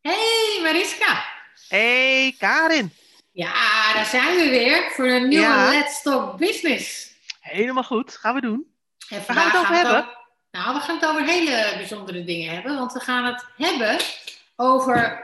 Hey Mariska. Hey Karin. Ja, daar zijn we weer voor een nieuwe Ja, Let's Talk Business. helemaal goed. Gaan we doen. En Waar gaan we vandaag het gaan over we het hebben? over, nou, we gaan het over hele bijzondere dingen hebben. Want we gaan het hebben over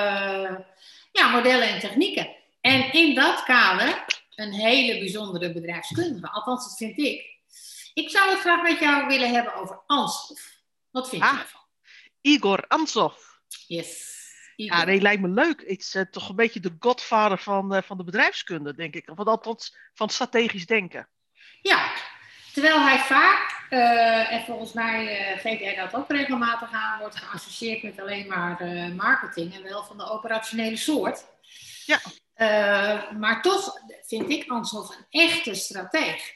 ja, modellen en technieken. En in dat kader een hele bijzondere bedrijfskundige. Althans, dat vind ik. Ik zou het graag met jou willen hebben over Ansoff. Wat vind je Ah, daarvan? Igor Antsov. Yes, Ja, nee, Igor. lijkt me leuk. Het is toch een beetje de godvader van de bedrijfskunde, denk ik. Of althans van strategisch denken. Ja, terwijl hij vaak, en volgens mij geeft hij dat ook regelmatig aan, wordt geassocieerd met alleen maar marketing en wel van de operationele soort. Ja, Maar toch vind ik Anshoff een echte strateeg.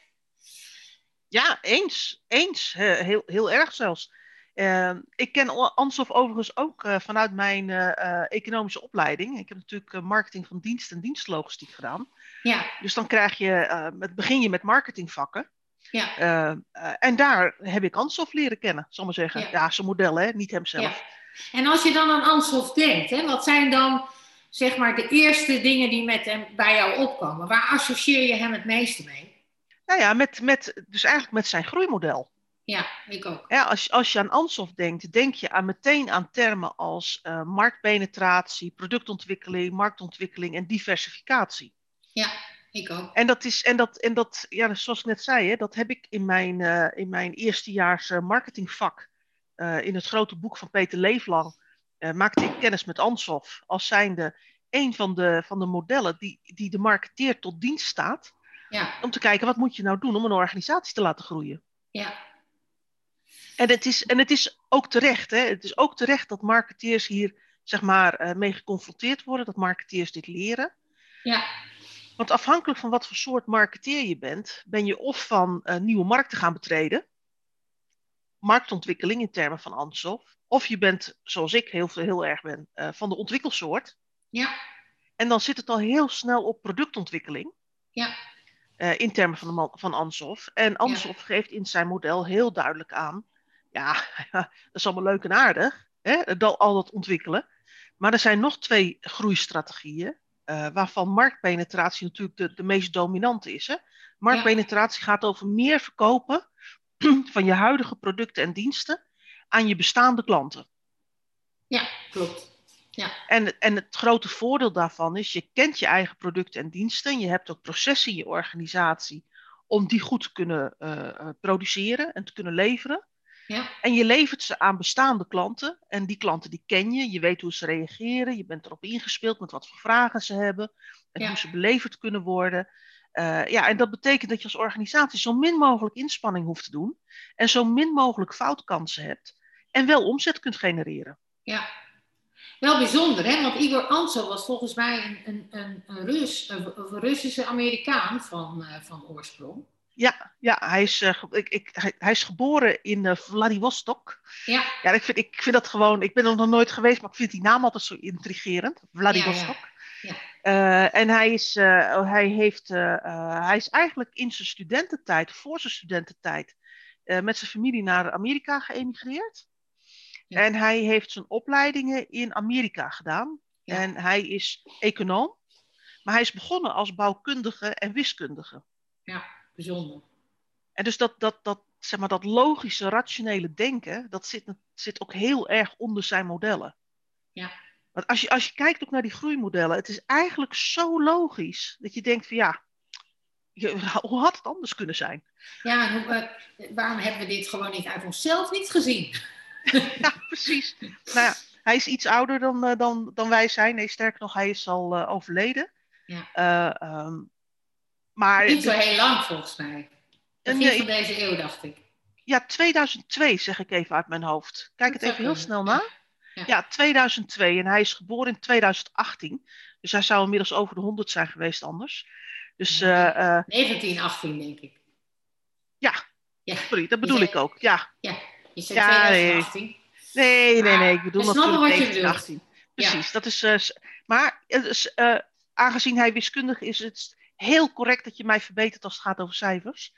ja, eens. Eens. Heel erg zelfs. Ik ken Antsov overigens ook vanuit mijn economische opleiding. Ik heb natuurlijk marketing van dienst en dienstlogistiek gedaan. Ja, Dus dan begin je met marketingvakken. ja, En daar heb ik Ansoff leren kennen, zal ik maar zeggen. ja, Ja, zijn model, hè, niet ja. hemzelf. En als je dan aan Anshoff denkt, hè, wat zijn dan zeg maar de eerste dingen die met hem bij jou opkomen? Waar associeer je hem het meeste mee? Nou ja, dus eigenlijk met zijn groeimodel. Ja, ik ook. Ja, als je aan Ansoff denkt, denk je meteen aan termen als marktpenetratie, productontwikkeling, marktontwikkeling en diversificatie. Ja, ik ook. Ja, dus zoals ik net zei, hè, dat heb ik in mijn eerstejaars marketingvak in het grote boek van Peter Leeflang maakte ik kennis met Ansoff als zijnde een van de modellen die de marketeer tot dienst staat Ja, om te kijken wat moet je nou doen om een organisatie te laten groeien. ja, En het is ook terecht, hè? Het is ook terecht dat marketeers hier zeg maar mee geconfronteerd worden, dat marketeers dit leren. ja, Want afhankelijk van wat voor soort marketeer je bent, ben je of van nieuwe markten gaan betreden, marktontwikkeling in termen van Ansoff, of je bent, zoals ik heel erg ben, van de ontwikkelsoort. ja, En dan zit het al heel snel op productontwikkeling ja, in termen van Ansoff. En ja. Ansoff geeft in zijn model heel duidelijk aan, ja, dat is allemaal leuk en aardig, hè, al dat ontwikkelen. Maar er zijn nog twee groeistrategieën, waarvan marktpenetratie natuurlijk de meest dominante is. Hè. Ja, Marktpenetratie gaat over meer verkopen van je huidige producten en diensten aan je bestaande klanten. ja, klopt. Ja, En het grote voordeel daarvan is, je kent je eigen producten en diensten. Je hebt ook processen in je organisatie om die goed te kunnen produceren en te kunnen leveren. ja, En je levert ze aan bestaande klanten. En die klanten die ken je. Je weet hoe ze reageren. Je bent erop ingespeeld met wat voor vragen ze hebben. En ja, hoe ze beleverd kunnen worden. Ja, en dat betekent dat je als organisatie zo min mogelijk inspanning hoeft te doen. En zo min mogelijk foutkansen hebt. En wel omzet kunt genereren. ja. Wel bijzonder, hè? Want Igor Anso was volgens mij een Rus, een Russische Amerikaan van oorsprong. Ja, hij is geboren in Vladivostok. Ja, Ja, ik vind dat gewoon, ik ben er nog nooit geweest, maar ik vind die naam altijd zo intrigerend. ja, ja, Vladivostok. ja, En hij is eigenlijk in zijn studententijd, voor zijn studententijd, met zijn familie naar Amerika geëmigreerd. ja, En hij heeft zijn opleidingen in Amerika gedaan. ja, En hij is econoom, maar hij is begonnen als bouwkundige en wiskundige. ja, bijzonder. En dus zeg maar, dat logische, rationele denken, dat zit ook heel erg onder zijn modellen. Ja, Want als je kijkt ook naar die groeimodellen, het is eigenlijk zo logisch dat je denkt van ja, hoe had het anders kunnen zijn? ja en waarom hebben we dit gewoon niet uit onszelf niet gezien? Ja, precies. Nou ja, hij is iets ouder dan wij zijn. Nee, sterker nog, hij is al overleden. Ja, Uh, um, maar niet zo de, heel lang volgens mij. en, Begin van deze eeuw, dacht ik. ja, 2002 zeg ik even uit mijn hoofd. Kijk Dat het zou even heel kunnen. snel Ja, na. ja. Ja, 2002 en hij is geboren in 2018. Dus hij zou inmiddels over de 100 zijn geweest anders. Dus Nee, 1918 denk ik. ja, Ja, sorry, dat je bedoel ik zei, ook. Ja, ja, je zei ja, nee. 2018. Nee, ik Maar bedoel we snappen natuurlijk wat je bedoelt. 1918. Ja, Precies, dat is. Maar aangezien hij wiskundig is, het heel correct dat je mij verbetert als het gaat over cijfers.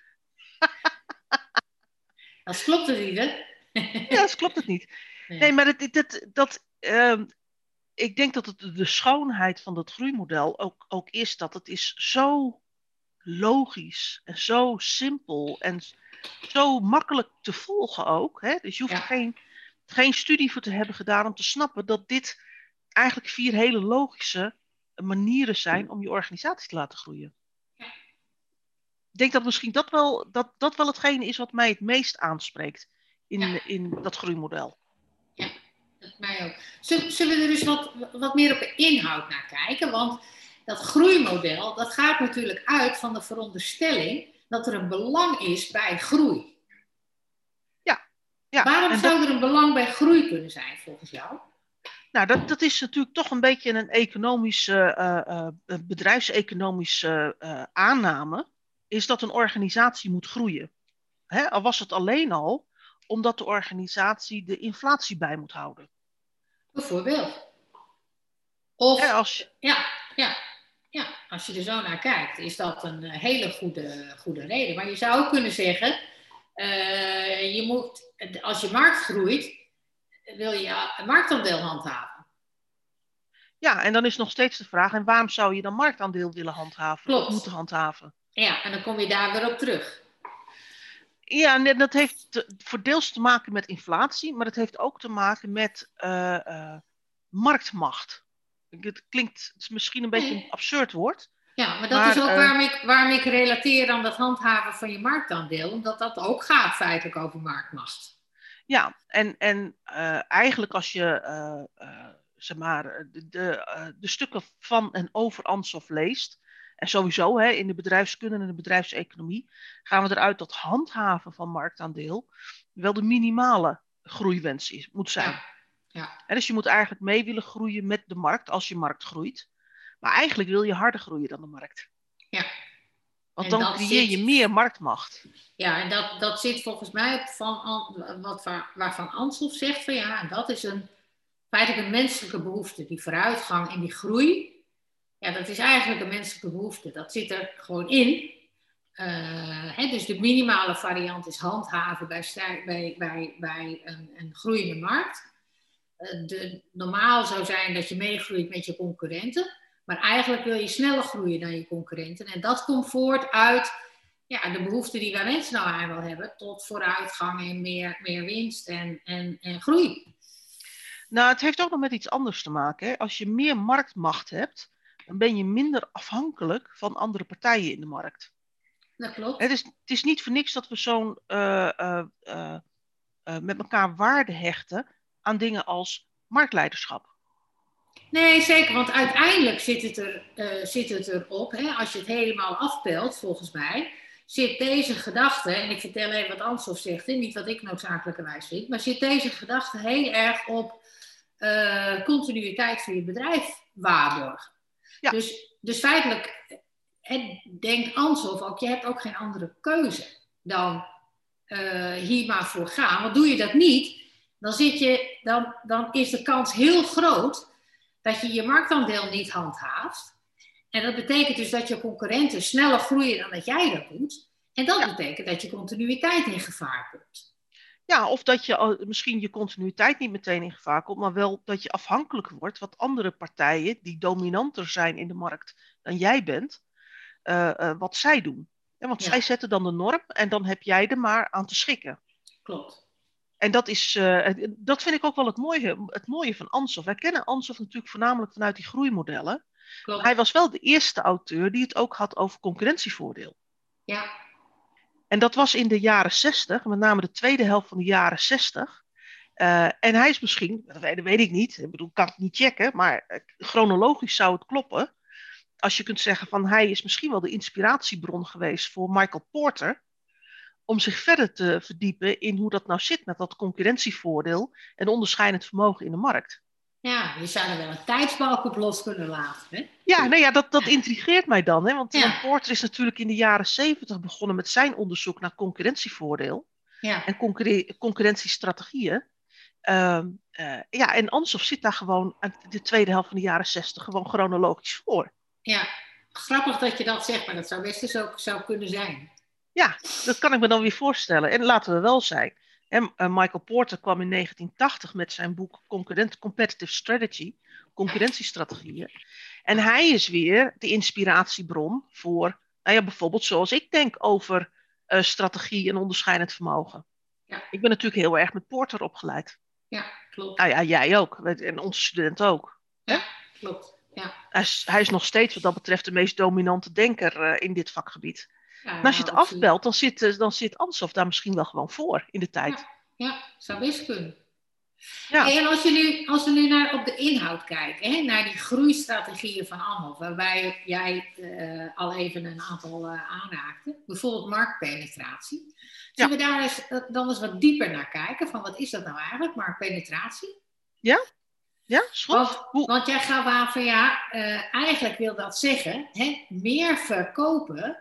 dat klopt het niet, hè? Ja, dat klopt het niet. Nee, Nee. maar dat ik denk dat het de schoonheid van dat groeimodel ook is dat het is zo logisch en zo simpel en zo makkelijk te volgen ook. Hè? Dus je hoeft er Ja. geen studie voor te hebben gedaan om te snappen dat dit eigenlijk 4 hele logische manieren zijn om je organisatie te laten groeien. Ik denk dat misschien dat wel hetgene is wat mij het meest aanspreekt in dat groeimodel. Ja, dat mij ook. Zullen we er dus wat meer op de inhoud naar kijken? Want dat groeimodel, dat gaat natuurlijk uit van de veronderstelling dat er een belang is bij groei. Ja, Waarom zou er een belang bij groei kunnen zijn volgens jou? Nou, dat is natuurlijk toch een beetje een economische, bedrijfseconomische aanname, is dat een organisatie moet groeien. Hè? Al was het alleen al omdat de organisatie de inflatie bij moet houden. Bijvoorbeeld. Hè, Of, als, ja, ja, ja, als je er zo naar kijkt, is dat een hele goede reden. Maar je zou ook kunnen zeggen, je moet, als je markt groeit, wil je een marktaandeel handhaven. ja, en dan is nog steeds de vraag, en waarom zou je dan marktaandeel willen handhaven of moeten Klopt. handhaven? Ja, en dan kom je daar weer op terug. Ja, en dat heeft voor deels te maken met inflatie, maar het heeft ook te maken met marktmacht. Het is misschien een beetje een Nee. absurd woord. Ja, maar dat is Maar ook waarom ik relateer aan dat handhaven van je marktaandeel. Omdat dat ook gaat feitelijk over marktmacht. ja, en eigenlijk als je zeg maar, de stukken van en over Ansoff leest, en sowieso hè, in de bedrijfskunde en de bedrijfseconomie, gaan we eruit dat handhaven van marktaandeel wel de minimale groeiwens moet zijn. Ja, ja. En dus je moet eigenlijk mee willen groeien met de markt als je markt groeit. Maar eigenlijk wil je harder groeien dan de markt. Ja. Want En dan dat creëer je zit, meer marktmacht. ja, en dat zit volgens mij op waarvan Anselm zegt van ja, dat is feitelijk een menselijke behoefte. Die vooruitgang en die groei, ja, dat is eigenlijk een menselijke behoefte. Dat zit er gewoon in. Dus de minimale variant is handhaven bij een groeiende markt. Normaal zou zijn dat je meegroeit met je concurrenten. Maar eigenlijk wil je sneller groeien dan je concurrenten. En dat komt voort uit de behoefte die wij mensen nou eigenlijk wel hebben. Tot vooruitgang en meer winst en groei. Nou, het heeft ook nog met iets anders te maken. Hè. Als je meer marktmacht hebt, dan ben je minder afhankelijk van andere partijen in de markt. Dat klopt. Het is niet voor niks dat we zo'n met elkaar waarde hechten aan dingen als marktleiderschap. Nee, zeker, want uiteindelijk zit het erop, hè, als je het helemaal afpelt, volgens mij, zit deze gedachte, en ik vertel even wat Ansoff zegt, niet wat ik noodzakelijkerwijs vind, maar zit deze gedachte heel erg op continuïteit van je bedrijf waarborgen. Ja. Dus feitelijk denkt Ansoff ook, je hebt ook geen andere keuze dan hier maar voor gaan. Want doe je dat niet, dan is de kans heel groot dat je je marktaandeel niet handhaaft. En dat betekent dus dat je concurrenten sneller groeien dan dat jij dat doet. En dat betekent dat je continuïteit in gevaar komt. Ja, of dat je misschien je continuïteit niet meteen in gevaar komt, maar wel dat je afhankelijk wordt wat andere partijen die dominanter zijn in de markt dan jij bent, wat zij doen. Ja, want zij zetten dan de norm en dan heb jij er maar aan te schikken. Klopt. En dat vind ik ook wel het mooie van Ansoff. Wij kennen Ansoff natuurlijk voornamelijk vanuit die groeimodellen. Klopt. Hij was wel de eerste auteur die het ook had over concurrentievoordeel. Ja. En dat was in de jaren 60, met name de tweede helft van de jaren 60. En hij is misschien, dat weet ik niet, ik bedoel, kan het niet checken, maar chronologisch zou het kloppen. Als je kunt zeggen van hij is misschien wel de inspiratiebron geweest voor Michael Porter, om zich verder te verdiepen in hoe dat nou zit met dat concurrentievoordeel en onderscheidend vermogen in de markt. Ja, je zou er wel een tijdsbalk op los kunnen laten. Hè? Ja, nou ja, dat intrigeert mij dan. Hè? Want Porter is natuurlijk in de jaren 70 begonnen met zijn onderzoek naar concurrentievoordeel en concurrentiestrategieën. En Ansoff zit daar gewoon aan de tweede helft van de jaren 60 gewoon chronologisch voor. Ja, grappig dat je dat zegt, maar dat zou best dus ook zou kunnen zijn. Ja, dat kan ik me dan weer voorstellen. En laten we wel zijn. Michael Porter kwam in 1980 met zijn boek Competitive Strategy concurrentiestrategieën. En hij is weer de inspiratiebron voor, bijvoorbeeld zoals ik denk over strategie en onderscheidend vermogen. Ja. Ik ben natuurlijk heel erg met Porter opgeleid. Ja, klopt. Nou ja, jij ook. En onze student ook. Ja, hè? klopt. Ja. Hij is nog steeds wat dat betreft de meest dominante denker in dit vakgebied. Ja, En als je het absoluut. afbelt, dan zit Ansoff daar misschien wel gewoon voor in de tijd. Ja, zou best kunnen. Ja. En als we nu naar op de inhoud kijken, naar die groeistrategieën van Anhoff, waarbij jij al even een aantal aanraakte, bijvoorbeeld marktpenetratie. Zullen we daar dan eens wat dieper naar kijken, van wat is dat nou eigenlijk, marktpenetratie? Ja, is goed. Want jij gaf aan van eigenlijk wil dat zeggen, meer verkopen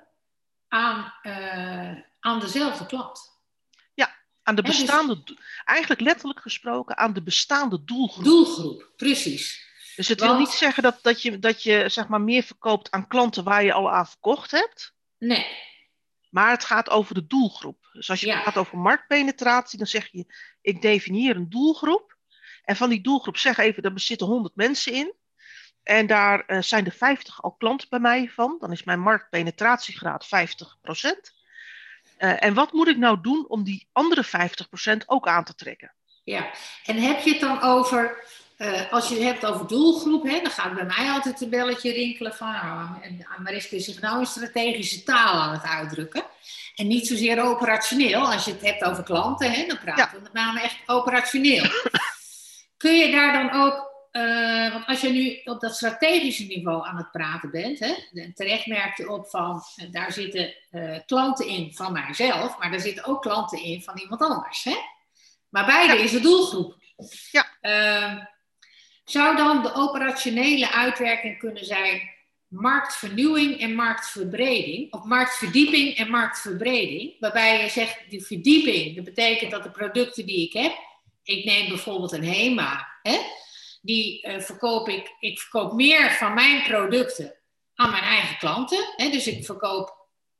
aan dezelfde klant. Aan de bestaande, eigenlijk letterlijk gesproken, aan de bestaande doelgroep. Doelgroep, precies. Dus het wil niet zeggen dat je zeg maar meer verkoopt aan klanten waar je al aan verkocht hebt. Nee. Maar het gaat over de doelgroep. Dus als je praat over marktpenetratie, dan zeg je, ik definieer een doelgroep. En van die doelgroep zeg even, er zitten 100 mensen in. En daar zijn er 50 al klanten bij mij van. Dan is mijn marktpenetratiegraad 50%. En wat moet ik nou doen om die andere 50% ook aan te trekken? Ja, en heb je het dan over, als je het hebt over doelgroep, dan gaat bij mij altijd een belletje rinkelen van, Mariska is zich nou in strategische taal aan het uitdrukken. En niet zozeer operationeel. Als je het hebt over klanten, dan praten we met name echt operationeel. Kun je daar dan ook, want als je nu op dat strategische niveau aan het praten bent, terecht merk je op van, daar zitten klanten in van mijzelf, maar daar zitten ook klanten in van iemand anders. Maar beide is de doelgroep. Ja. Zou dan de operationele uitwerking kunnen zijn marktvernieuwing en marktverbreding, of marktverdieping en marktverbreding, waarbij je zegt, die verdieping, dat betekent dat de producten die ik heb, ik neem bijvoorbeeld een HEMA, die verkoop ik verkoop meer van mijn producten aan mijn eigen klanten. Dus ik verkoop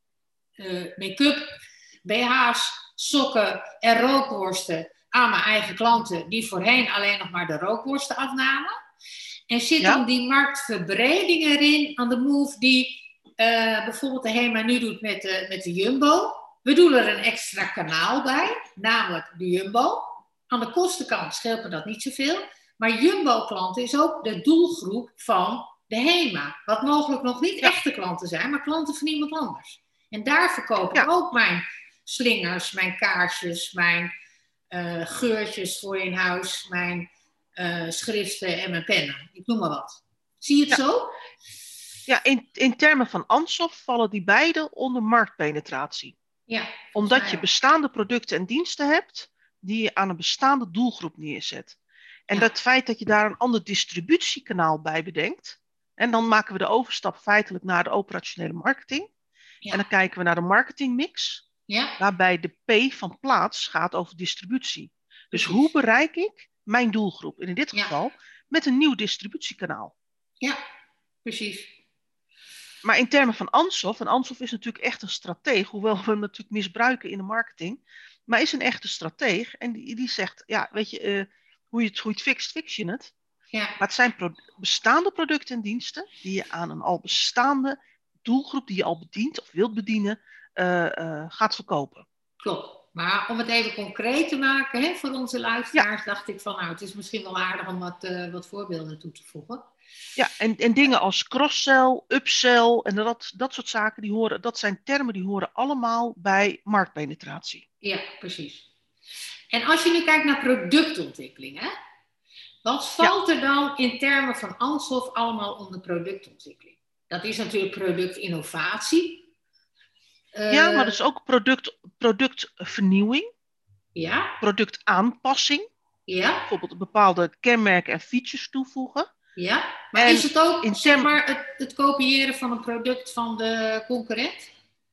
make-up, BH's, sokken en rookworsten aan mijn eigen klanten, die voorheen alleen nog maar de rookworsten afnamen. En zit dan die marktverbreding erin aan de move die bijvoorbeeld de HEMA nu doet met de Jumbo. We doen er een extra kanaal bij, namelijk de Jumbo. Aan de kostenkant scheelt me dat niet zoveel. Maar Jumbo-klanten is ook de doelgroep van de HEMA. Wat mogelijk nog niet echte klanten zijn, maar klanten van iemand anders. En daar verkoop ik ook mijn slingers, mijn kaarsjes, mijn geurtjes voor in huis, mijn schriften en mijn pennen. Ik noem maar wat. Zie je het zo? Ja, in termen van Ansoff vallen die beide onder marktpenetratie. Ja, omdat je bestaande producten en diensten hebt die je aan een bestaande doelgroep neerzet. En dat feit dat je daar een ander distributiekanaal bij bedenkt. En dan maken we de overstap feitelijk naar de operationele marketing. Ja. En dan kijken we naar de marketingmix. Ja. Waarbij de P van plaats gaat over distributie. Dus hoe bereik ik mijn doelgroep? En in dit geval met een nieuw distributiekanaal. Ja, precies. Maar in termen van Ansoff, en Ansoff is natuurlijk echt een strateeg, hoewel we hem natuurlijk misbruiken in de marketing, maar is een echte strateeg en die zegt, weet je, hoe je het fixt, fix je het. Ja. Maar het zijn bestaande producten en diensten die je aan een al bestaande doelgroep die je al bedient of wilt bedienen, gaat verkopen. Klopt. Maar om het even concreet te maken voor onze luisteraars, dacht ik van, het is misschien wel aardig om wat voorbeelden toe te voegen. Ja, en dingen als cross-sell, upsell en dat soort zaken, dat zijn termen die horen allemaal bij marktpenetratie. Ja, precies. En als je nu kijkt naar productontwikkeling, wat valt er dan in termen van Ansoff allemaal onder productontwikkeling? Dat is natuurlijk productinnovatie. Maar dat is ook productvernieuwing. Ja. Productaanpassing. Ja. Bijvoorbeeld bepaalde kenmerken en features toevoegen. Ja, maar is het ook het kopiëren van een product van de concurrent?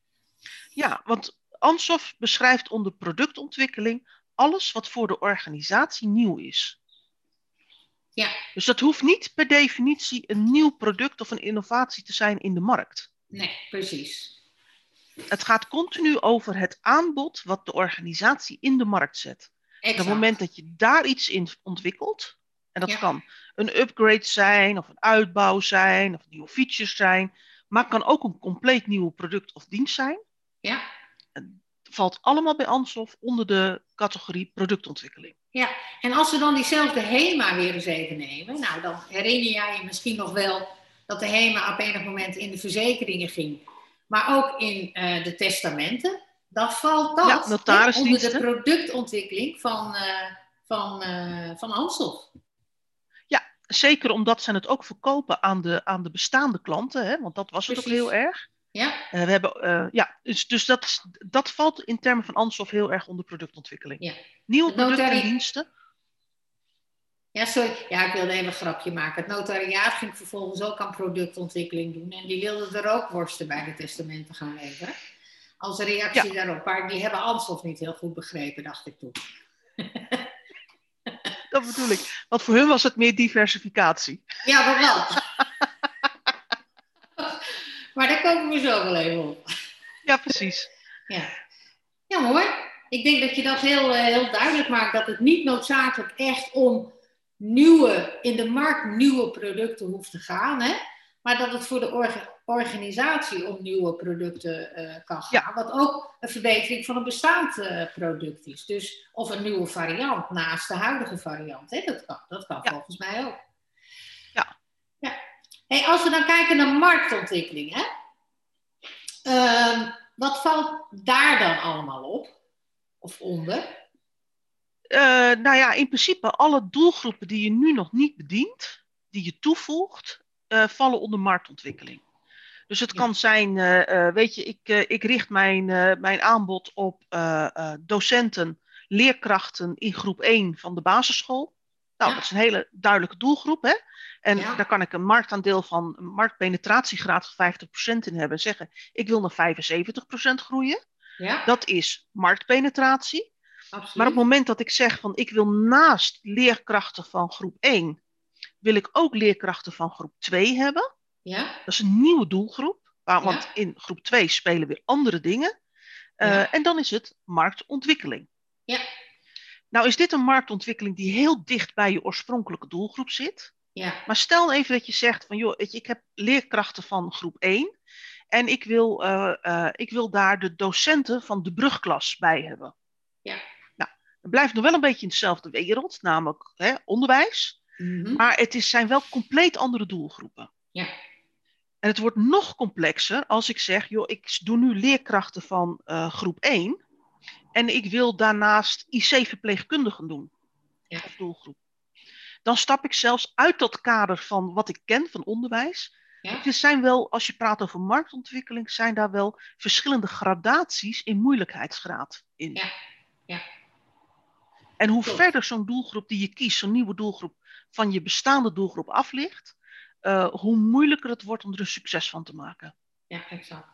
Ja, want Ansoff beschrijft onder productontwikkeling alles wat voor de organisatie nieuw is. Ja. Dus dat hoeft niet per definitie een nieuw product of een innovatie te zijn in de markt. Nee, precies. Het gaat continu over het aanbod wat de organisatie in de markt zet. Exact. Op het moment dat je daar iets in ontwikkelt, En dat Ja, kan een upgrade zijn, of een uitbouw zijn, of nieuwe features zijn. Maar het kan ook een compleet nieuw product of dienst zijn. ja, Het valt allemaal bij Ansoff onder de categorie productontwikkeling. ja. En als we dan diezelfde HEMA weer eens even nemen. Nou, dan herinner jij je misschien nog wel dat de HEMA op enig moment in de verzekeringen ging. Maar ook in de testamenten. Dan valt Ja, dat onder de notarisdiensten. productontwikkeling van Ansoff. Ja, zeker omdat ze het ook verkopen aan de bestaande klanten. Hè, want dat was het ook heel Precies. erg. Ja, We hebben, ja, dus dat valt in termen van Ansoff heel erg onder productontwikkeling. ja. Nieuwe Het producten en diensten. Ja, sorry. Ja, ik wilde even een grapje maken. Het notariaat ging vervolgens ook aan productontwikkeling doen. En die wilden er ook worsten bij de testamenten gaan leveren. Als reactie Ja, daarop. Maar die hebben Ansoff niet heel goed begrepen, dacht ik toen. dat bedoel ik. Want voor hun was het meer diversificatie. Ja, maar wel. Maar daar komen we zo wel even op. Ja, precies. Ja, ja mooi. Ik denk dat je dat heel duidelijk maakt. Dat het niet noodzakelijk echt om in de markt nieuwe producten hoeft te gaan. Hè? Maar dat het voor de organisatie om nieuwe producten kan gaan. Ja, Wat ook een verbetering van een bestaand product is. Dus, of een nieuwe variant naast de huidige variant. Hè? Dat kan ja, volgens mij ook. ja. Ja. Hey, als we dan kijken naar marktontwikkeling. Hè? Wat valt daar dan allemaal op? Of onder? Nou ja, in principe alle doelgroepen die je nu nog niet bedient, die je toevoegt, vallen onder marktontwikkeling. Dus het Ja. kan zijn, weet je, ik richt mijn aanbod op docenten, leerkrachten in groep 1 van de basisschool. Nou, Ja. dat is een hele duidelijke doelgroep, hè? En Ja. daar kan ik een marktaandeel van, een marktpenetratiegraad van 50% in hebben en zeggen, ik wil naar 75% groeien. Ja, Dat is marktpenetratie. Maar op het absoluut. moment dat ik zeg van, ik wil naast leerkrachten van groep 1, wil ik ook leerkrachten van groep 2 hebben. Ja, Dat is een nieuwe doelgroep, ja, want in groep 2 spelen weer andere dingen. ja, En dan is het marktontwikkeling. ja, Nou is dit een marktontwikkeling die heel dicht bij je oorspronkelijke doelgroep zit. ja, Maar stel even dat je zegt van, joh, weet je, ik heb leerkrachten van groep 1 en ik wil daar de docenten van de brugklas bij hebben. ja. Nou, het blijft nog wel een beetje in dezelfde wereld, namelijk onderwijs. Mhm. Maar zijn wel compleet andere doelgroepen. Ja, En het wordt nog complexer als ik zeg, joh, ik doe nu leerkrachten van groep 1 en ik wil daarnaast IC-verpleegkundigen doen, ja, of doelgroep. Dan stap ik zelfs uit dat kader van wat ik ken van onderwijs. ja, Er zijn wel, als je praat over marktontwikkeling, zijn daar wel verschillende gradaties in moeilijkheidsgraad in. ja, ja. En hoe Klopt. verder zo'n doelgroep die je kiest, zo'n nieuwe doelgroep, van je bestaande doelgroep af ligt, hoe moeilijker het wordt om er een succes van te maken. Ja, exact.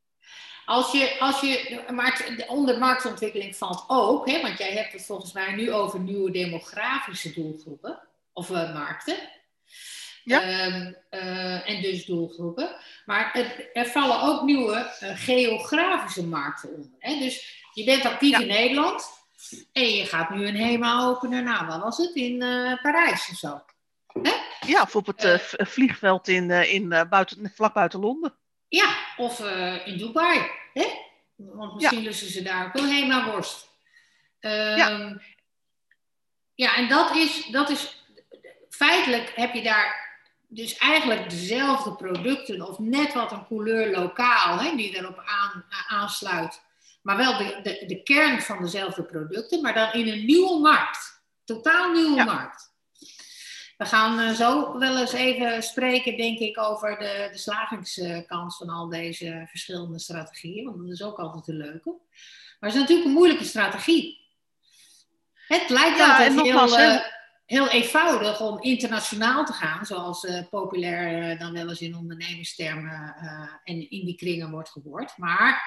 Maar onder marktontwikkeling valt ook, hè, want jij hebt het volgens mij nu over nieuwe demografische doelgroepen of markten. Ja, En dus doelgroepen. Maar er vallen ook nieuwe geografische markten onder. Hè? Dus je bent actief ja, in Nederland en je gaat nu een HEMA openen. Nou, wat was het? In Parijs of zo. Hè? ja, of op het Eh, vliegveld vlak buiten Londen. ja, of in Dubai. Hè? Want Ja, misschien lussen ze daar ook wel HEMA-worst. ja, Ja, en dat is. Feitelijk heb je daar dus eigenlijk dezelfde producten of net wat een couleur lokaal hè, die erop aansluit. Maar wel de kern van dezelfde producten, maar dan in een nieuwe markt. Totaal nieuwe ja, markt. We gaan zo wel eens even spreken, denk ik, over de slagingskans van al deze verschillende strategieën. Want dat is ook altijd een leuke. Maar het is natuurlijk een moeilijke strategie. Het lijkt ja, altijd en nogmaals, heel eenvoudig om internationaal te gaan, zoals populair dan wel eens in ondernemingstermen en in die kringen wordt gehoord. Maar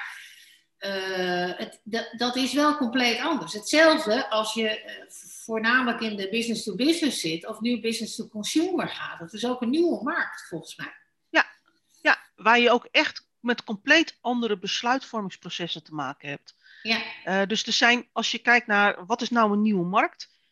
dat is wel compleet anders. Hetzelfde als je voornamelijk in de business-to-business zit of nu business-to-consumer gaat. Dat is ook een nieuwe markt volgens mij. ja, ja, waar je ook echt met compleet andere besluitvormingsprocessen te maken hebt. Ja, Dus als je kijkt naar wat is nou een nieuwe markt,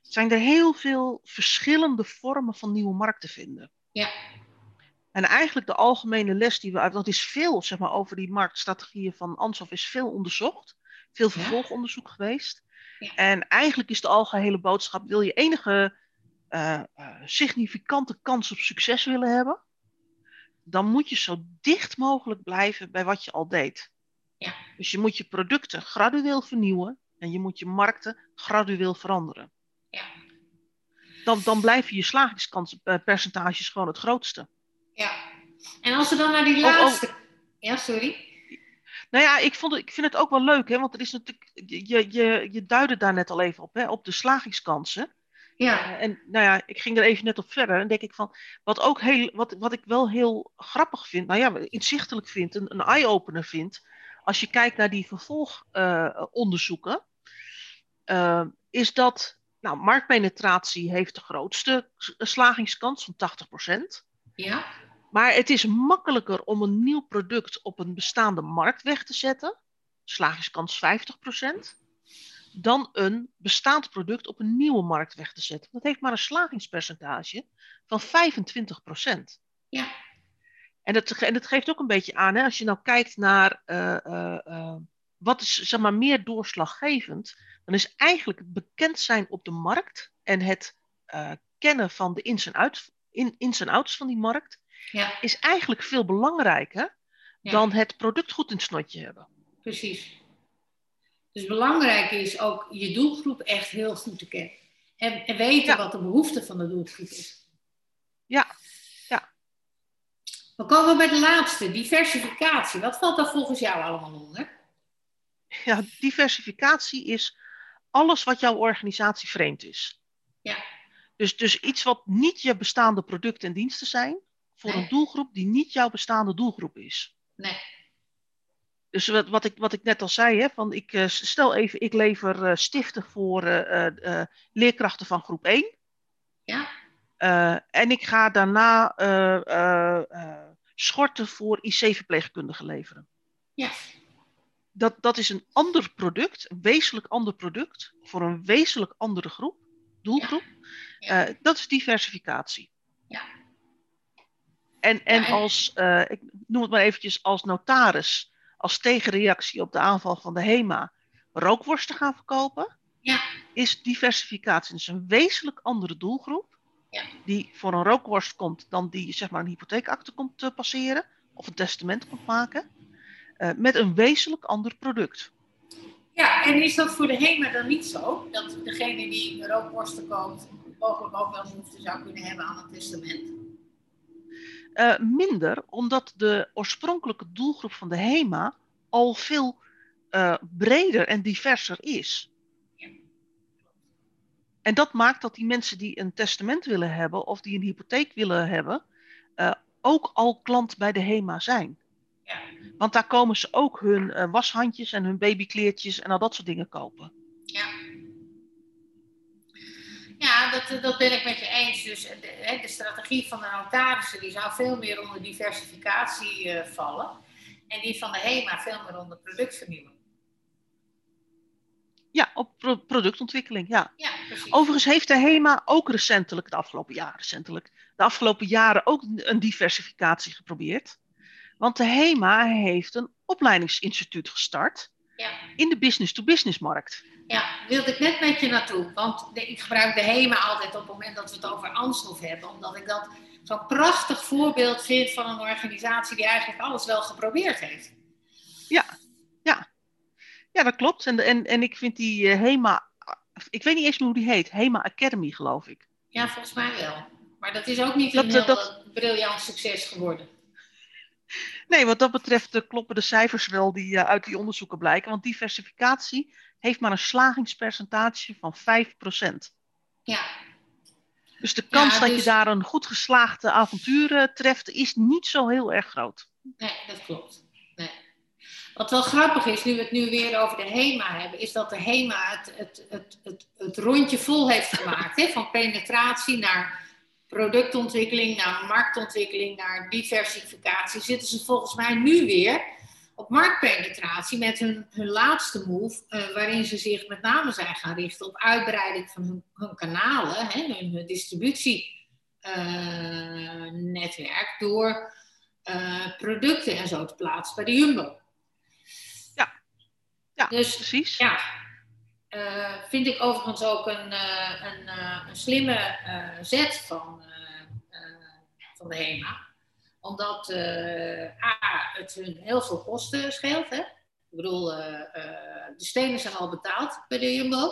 zijn er heel veel verschillende vormen van nieuwe markt te vinden. Ja. En eigenlijk de algemene les die we uit, want het is veel, zeg maar, over die marktstrategieën van Ansoff is veel onderzocht, veel vervolgonderzoek geweest. Ja. En eigenlijk is de algehele boodschap, wil je enige significante kans op succes willen hebben, dan moet je zo dicht mogelijk blijven bij wat je al deed. Ja. Dus je moet je producten gradueel vernieuwen en je moet je markten gradueel veranderen. Ja. Dan blijven je slagingspercentages gewoon het grootste. Ja. En als we dan naar die laatste... Ja, sorry. Nou ja, ik vind het ook wel leuk, hè, want er is natuurlijk, je duidde daar net al even op, hè, op de slagingskansen. Ja. En nou ja, ik ging er even net op verder en denk ik van, wat ik wel heel grappig vind, nou ja, inzichtelijk vind, een eye-opener vind, als je kijkt naar die vervolgonderzoeken, is dat, nou, marktpenetratie heeft de grootste slagingskans van 80%. Ja. Maar het is makkelijker om een nieuw product op een bestaande markt weg te zetten, slagingskans 50%, dan een bestaand product op een nieuwe markt weg te zetten. Dat heeft maar een slagingspercentage van 25%. Ja. En dat geeft ook een beetje aan, hè, als je nou kijkt naar wat is, zeg maar, meer doorslaggevend, dan is eigenlijk het bekend zijn op de markt en het kennen van de ins en outs van die markt, Ja. is eigenlijk veel belangrijker dan het product goed in het snotje hebben. Precies. Dus belangrijk is ook je doelgroep echt heel goed te kennen. En weten wat de behoefte van de doelgroep is. Ja. Dan komen we bij de laatste, diversificatie. Wat valt daar volgens jou allemaal onder? Ja, diversificatie is alles wat jouw organisatie vreemd is. Ja. Dus iets wat niet je bestaande producten en diensten zijn, voor een doelgroep die niet jouw bestaande doelgroep is. Nee. Dus wat ik net al zei, hè, van stel even, ik lever stiften voor leerkrachten van groep 1. Ja. En ik ga daarna schorten voor IC-verpleegkundigen leveren. Ja. Dat is een ander product, een wezenlijk ander product, voor een wezenlijk andere doelgroep. Ja. Dat is diversificatie. Ja. En als, ik noem het maar eventjes als notaris, als tegenreactie op de aanval van de HEMA, rookworsten gaan verkopen, is diversificatie. Dus een wezenlijk andere doelgroep, die voor een rookworst komt dan die, zeg maar, een hypotheekakte komt te passeren, of een testament komt maken, met een wezenlijk ander product. Ja, en is dat voor de HEMA dan niet zo? Dat degene die rookworsten koopt, mogelijk ook wel behoefte zou kunnen hebben aan een testament? Minder, omdat de oorspronkelijke doelgroep van de HEMA al veel breder en diverser is. Ja. En dat maakt dat die mensen die een testament willen hebben of die een hypotheek willen hebben, ook al klant bij de HEMA zijn. Ja. Want daar komen ze ook hun washandjes en hun babykleertjes en al dat soort dingen kopen. Ja. Ja, dat ben ik met je eens. Dus de strategie van de notarissen die zou veel meer onder diversificatie vallen. En die van de HEMA veel meer onder productvernieuwing. Ja, op productontwikkeling, ja. Ja, precies. Overigens heeft de HEMA ook de afgelopen jaren ook een diversificatie geprobeerd. Want de HEMA heeft een opleidingsinstituut gestart in de business-to-business markt. Ja, wilde ik net met je naartoe. Want ik gebruik de HEMA altijd op het moment dat we het over Ansoff hebben. Omdat ik dat zo'n prachtig voorbeeld vind van een organisatie die eigenlijk alles wel geprobeerd heeft. Ja, dat klopt. En ik vind die HEMA, ik weet niet eens meer hoe die heet. HEMA Academy, geloof ik. Ja, volgens mij wel. Maar dat is ook niet een heel briljant succes geworden. Nee, wat dat betreft kloppen de cijfers wel die uit die onderzoeken blijken. Want diversificatie heeft maar een slagingspercentage van 5%. Ja. Dus de kans dat je daar een goed geslaagde avontuur treft, is niet zo heel erg groot. Nee, dat klopt. Nee. Wat wel grappig is, nu we het nu weer over de HEMA hebben, is dat de HEMA het rondje vol heeft gemaakt. Hè? Van penetratie naar productontwikkeling, naar marktontwikkeling, naar diversificatie. Zitten ze volgens mij nu weer op marktpenetratie met hun laatste move, waarin ze zich met name zijn gaan richten op uitbreiding van hun kanalen, hun distributienetwerk, door producten en zo te plaatsen bij de Jumbo. Ja, dus, precies. Ja, vind ik overigens ook een slimme zet van de HEMA. Omdat het hun heel veel kosten scheelt. Hè? Ik bedoel, de stenen zijn al betaald bij de Jumbo.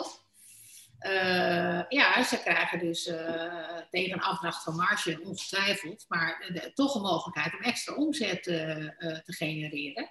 Ze krijgen dus tegen afdracht van marge ongetwijfeld, maar toch een mogelijkheid om extra omzet te genereren.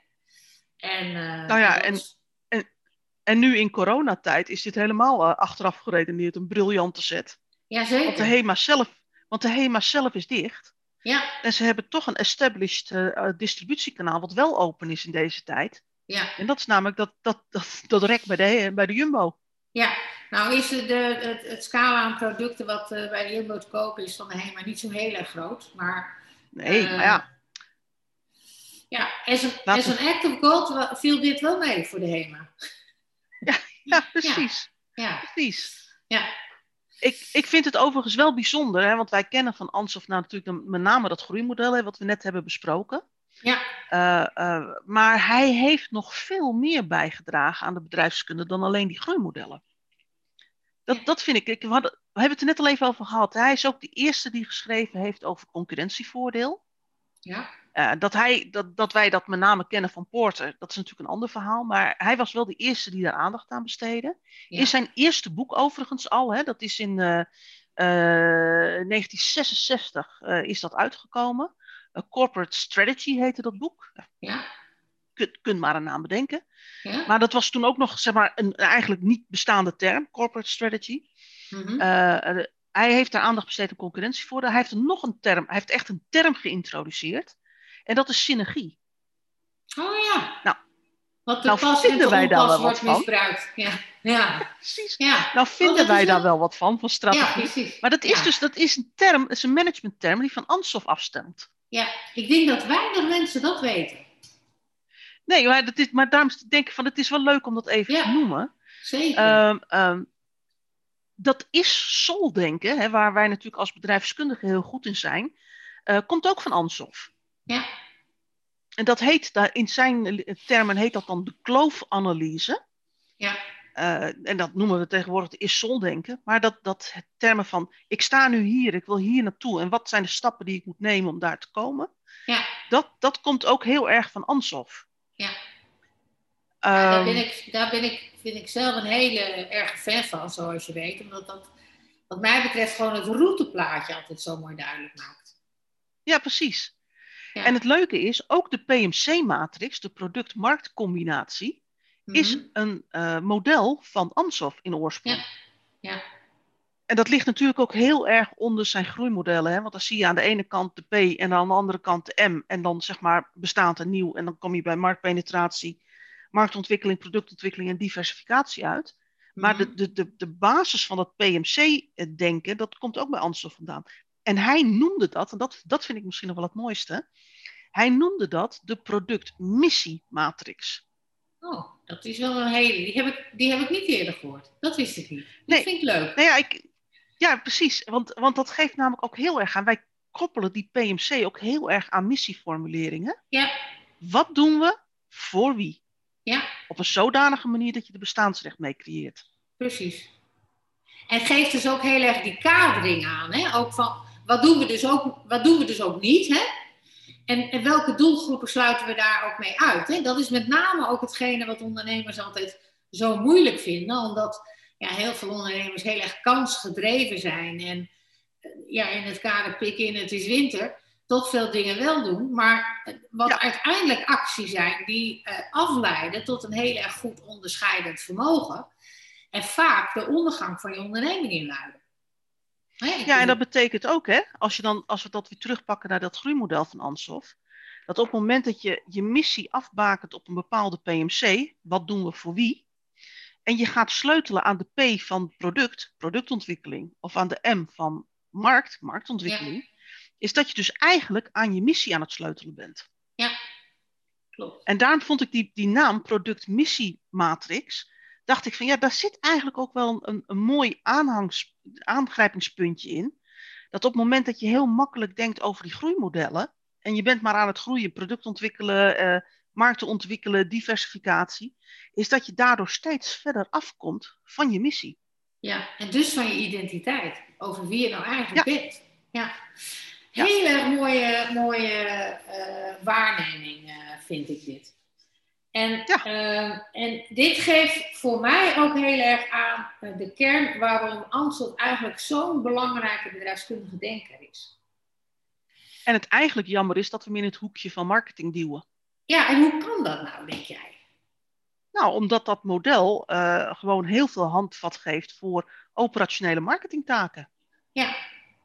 En nu in coronatijd is dit helemaal achteraf geredeneerd een briljante zet. Ja, zeker. Want de HEMA zelf is dicht. Ja. En ze hebben toch een established distributiekanaal wat wel open is in deze tijd. Ja. En dat is namelijk dat rek bij de Jumbo. Ja, nou is het scala aan producten wat bij de Jumbo te kopen is van de HEMA niet zo heel erg groot. Maar, nee, maar ja. Ja, as an act of God viel dit wel mee voor de HEMA. Ja, precies. Ja. Precies. Ja. Ik vind het overigens wel bijzonder, hè, want wij kennen van Ansoff natuurlijk met name dat groeimodel, wat we net hebben besproken. Ja. Maar hij heeft nog veel meer bijgedragen aan de bedrijfskunde dan alleen die groeimodellen. Dat vind ik. We hebben het er net al even over gehad. Hij is ook de eerste die geschreven heeft over concurrentievoordeel. Ja. Dat wij dat met name kennen van Porter, dat is natuurlijk een ander verhaal. Maar hij was wel de eerste die daar aandacht aan besteedde. Ja. In zijn eerste boek overigens al, hè, dat is in 1966 is dat uitgekomen. Corporate Strategy heette dat boek. Ja. Kunt maar een naam bedenken. Ja. Maar dat was toen ook nog zeg maar, een eigenlijk niet bestaande term, corporate strategy. Mm-hmm. Hij heeft daar aandacht besteed aan concurrentievoordeel. Hij heeft nog een term, hij heeft echt een term geïntroduceerd. En dat is synergie. Oh ja. Nou, wat de pas en de onpas wordt misbruikt. Ja. Precies. Ja. Nou vinden wij daar wel wat van strategie. Ja, precies. Maar dat is een term, het is een managementterm die van Ansoff afstemt. Ja, ik denk dat weinig mensen dat weten. Nee, maar daarom denk ik van het is wel leuk om dat even te noemen. Zeker. Dat is soldenken, hè, waar wij natuurlijk als bedrijfskundigen heel goed in zijn, komt ook van Ansoff. Ja. En dat heet, in zijn termen heet dat dan de kloofanalyse. Ja. En dat noemen we tegenwoordig de is-soldenken. Maar dat termen van, ik sta nu hier, ik wil hier naartoe. En wat zijn de stappen die ik moet nemen om daar te komen? Ja. Dat komt ook heel erg van Ansoff. Ja. Daar vind ik zelf een hele erg fan van, zoals je weet. Omdat dat, wat mij betreft, gewoon het routeplaatje altijd zo mooi duidelijk maakt. Ja, precies. Ja. En het leuke is, ook de PMC-matrix, de product-marktcombinatie, is een model van Ansoff in oorsprong. Ja. En dat ligt natuurlijk ook heel erg onder zijn groeimodellen. Hè? Want dan zie je aan de ene kant de P en aan de andere kant de M. En dan zeg maar bestaand en nieuw. En dan kom je bij marktpenetratie, marktontwikkeling, productontwikkeling en diversificatie uit. Maar de basis van dat PMC-denken, dat komt ook bij Ansoff vandaan. En hij noemde dat, en dat vind ik misschien nog wel het mooiste. Hij noemde dat de product-missie-matrix. Oh, dat is wel een hele... Die heb ik niet eerder gehoord. Dat wist ik niet. Dat vind ik leuk. Ja, precies. Want dat geeft namelijk ook heel erg aan. Wij koppelen die PMC ook heel erg aan missieformuleringen. Ja. Wat doen we voor wie? Ja. Op een zodanige manier dat je er bestaansrecht mee creëert. Precies. En geeft dus ook heel erg die kadering aan. Hè? Ook van, wat doen we dus ook niet, hè? En welke doelgroepen sluiten we daar ook mee uit? Hè? Dat is met name ook hetgene wat ondernemers altijd zo moeilijk vinden. Omdat heel veel ondernemers heel erg kansgedreven zijn. En in het kader pik in, het is winter, toch veel dingen wel doen. Maar wat uiteindelijk acties zijn die afleiden tot een heel erg goed onderscheidend vermogen. En vaak de ondergang van je onderneming inluiden. En dat betekent ook, hè, als we dat weer terugpakken naar dat groeimodel van Ansoff, dat op het moment dat je je missie afbakent op een bepaalde PMC, wat doen we voor wie, en je gaat sleutelen aan de P van productontwikkeling, of aan de M van marktontwikkeling, is dat je dus eigenlijk aan je missie aan het sleutelen bent. Ja. klopt. En daarom vond ik die naam product-missie-matrix, dacht ik van ja, daar zit eigenlijk ook wel een mooi aangrijpingspuntje in. Dat op het moment dat je heel makkelijk denkt over die groeimodellen, en je bent maar aan het groeien, product ontwikkelen, markten ontwikkelen, diversificatie, is dat je daardoor steeds verder afkomt van je missie. Ja, en dus van je identiteit. Over wie je nou eigenlijk bent. Ja. Ja. Heel erg mooie waarneming vind ik dit. En dit geeft voor mij ook heel erg aan de kern waarom Amstel eigenlijk zo'n belangrijke bedrijfskundige denker is. En het eigenlijk jammer is dat we hem in het hoekje van marketing duwen. Ja, en hoe kan dat nou, denk jij? Nou, omdat dat model gewoon heel veel handvat geeft voor operationele marketingtaken. Ja.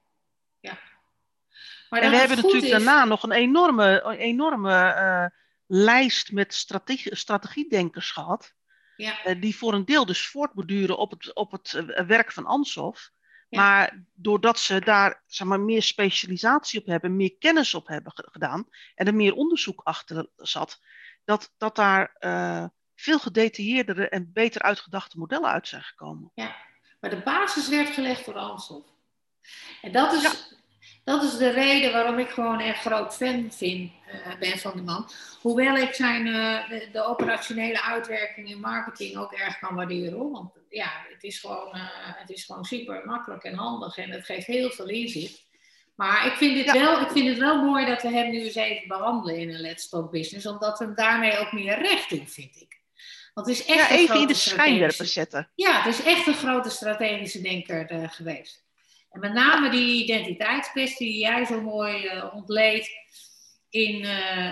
Maar En dat we het hebben goed natuurlijk is. daarna nog een enorme lijst met strategiedenkers gehad. Ja. Die voor een deel dus voortborduren op het werk van Ansoff. Ja. Maar doordat ze daar zeg maar, meer specialisatie op hebben, meer kennis op hebben gedaan en er meer onderzoek achter zat, dat daar veel gedetailleerdere en beter uitgedachte modellen uit zijn gekomen. Ja, maar de basis werd gelegd door Ansoff. En dat is de reden waarom ik gewoon echt groot fan ben van de man. Hoewel ik zijn de operationele uitwerking in marketing ook erg kan waarderen. Hoor. Want ja, het is gewoon super makkelijk en handig en het geeft heel veel inzicht. Maar ik vind het wel mooi dat we hem nu eens even behandelen in een Let's Talk Business. Omdat we hem daarmee ook meer recht doen, vind ik. Want het is echt even in de schijnwerper zetten. Ja, het is echt een grote strategische denker geweest. En met name die identiteitskwestie die jij zo mooi ontleedt in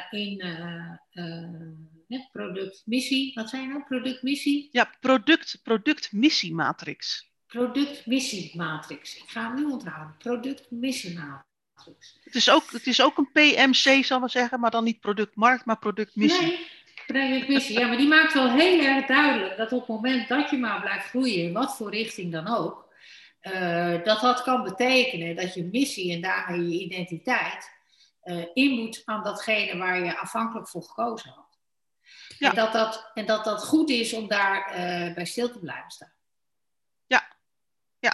product-missie. Wat zei je nou? Product-missie? Ja, product-missie-matrix. Product-missie-matrix. Ik ga hem nu onthouden. Product-missie-matrix. Het is ook een PMC, zal ik zeggen, maar dan niet product-markt, maar product-missie. Nee, product-missie. Ja, maar die maakt wel heel erg duidelijk dat op het moment dat je maar blijft groeien, in wat voor richting dan ook, dat kan betekenen dat je missie en daarmee je identiteit in moet aan datgene waar je aanvankelijk voor gekozen had. Ja. En dat goed is om daar bij stil te blijven staan. Ja.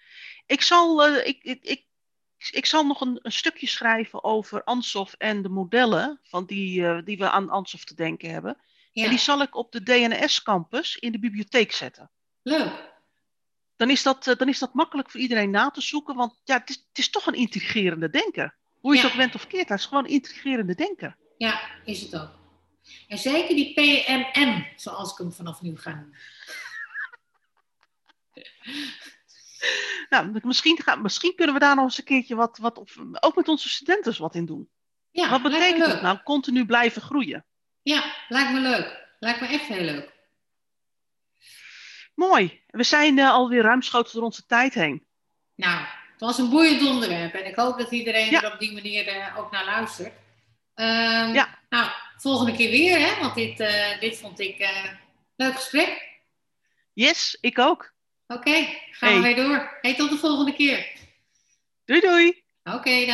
Ik zal nog een stukje schrijven over Ansoff en de modellen van die we aan Ansoff te denken hebben. Ja. En die zal ik op de DNS-campus in de bibliotheek zetten. Leuk. Dan is dat makkelijk voor iedereen na te zoeken, want ja, het is toch een intrigerende denker. Hoe je het ook went of keert, hij is gewoon een intrigerende denker. Ja, is het ook. En zeker die PMM, zoals ik hem vanaf nu ga noemen. Nou, misschien kunnen we daar nog eens een keertje ook met onze studenten wat in doen. Ja, wat betekent het nou, continu blijven groeien? Ja, lijkt me leuk. Lijkt me echt heel leuk. Mooi. We zijn alweer ruimschoots door onze tijd heen. Nou, het was een boeiend onderwerp. En ik hoop dat iedereen er op die manier ook naar luistert. Nou, volgende keer weer, hè? Want dit vond ik een leuk gesprek. Yes, ik ook. Oké, gaan we weer door. Hey, tot de volgende keer. Doei doei. Oké.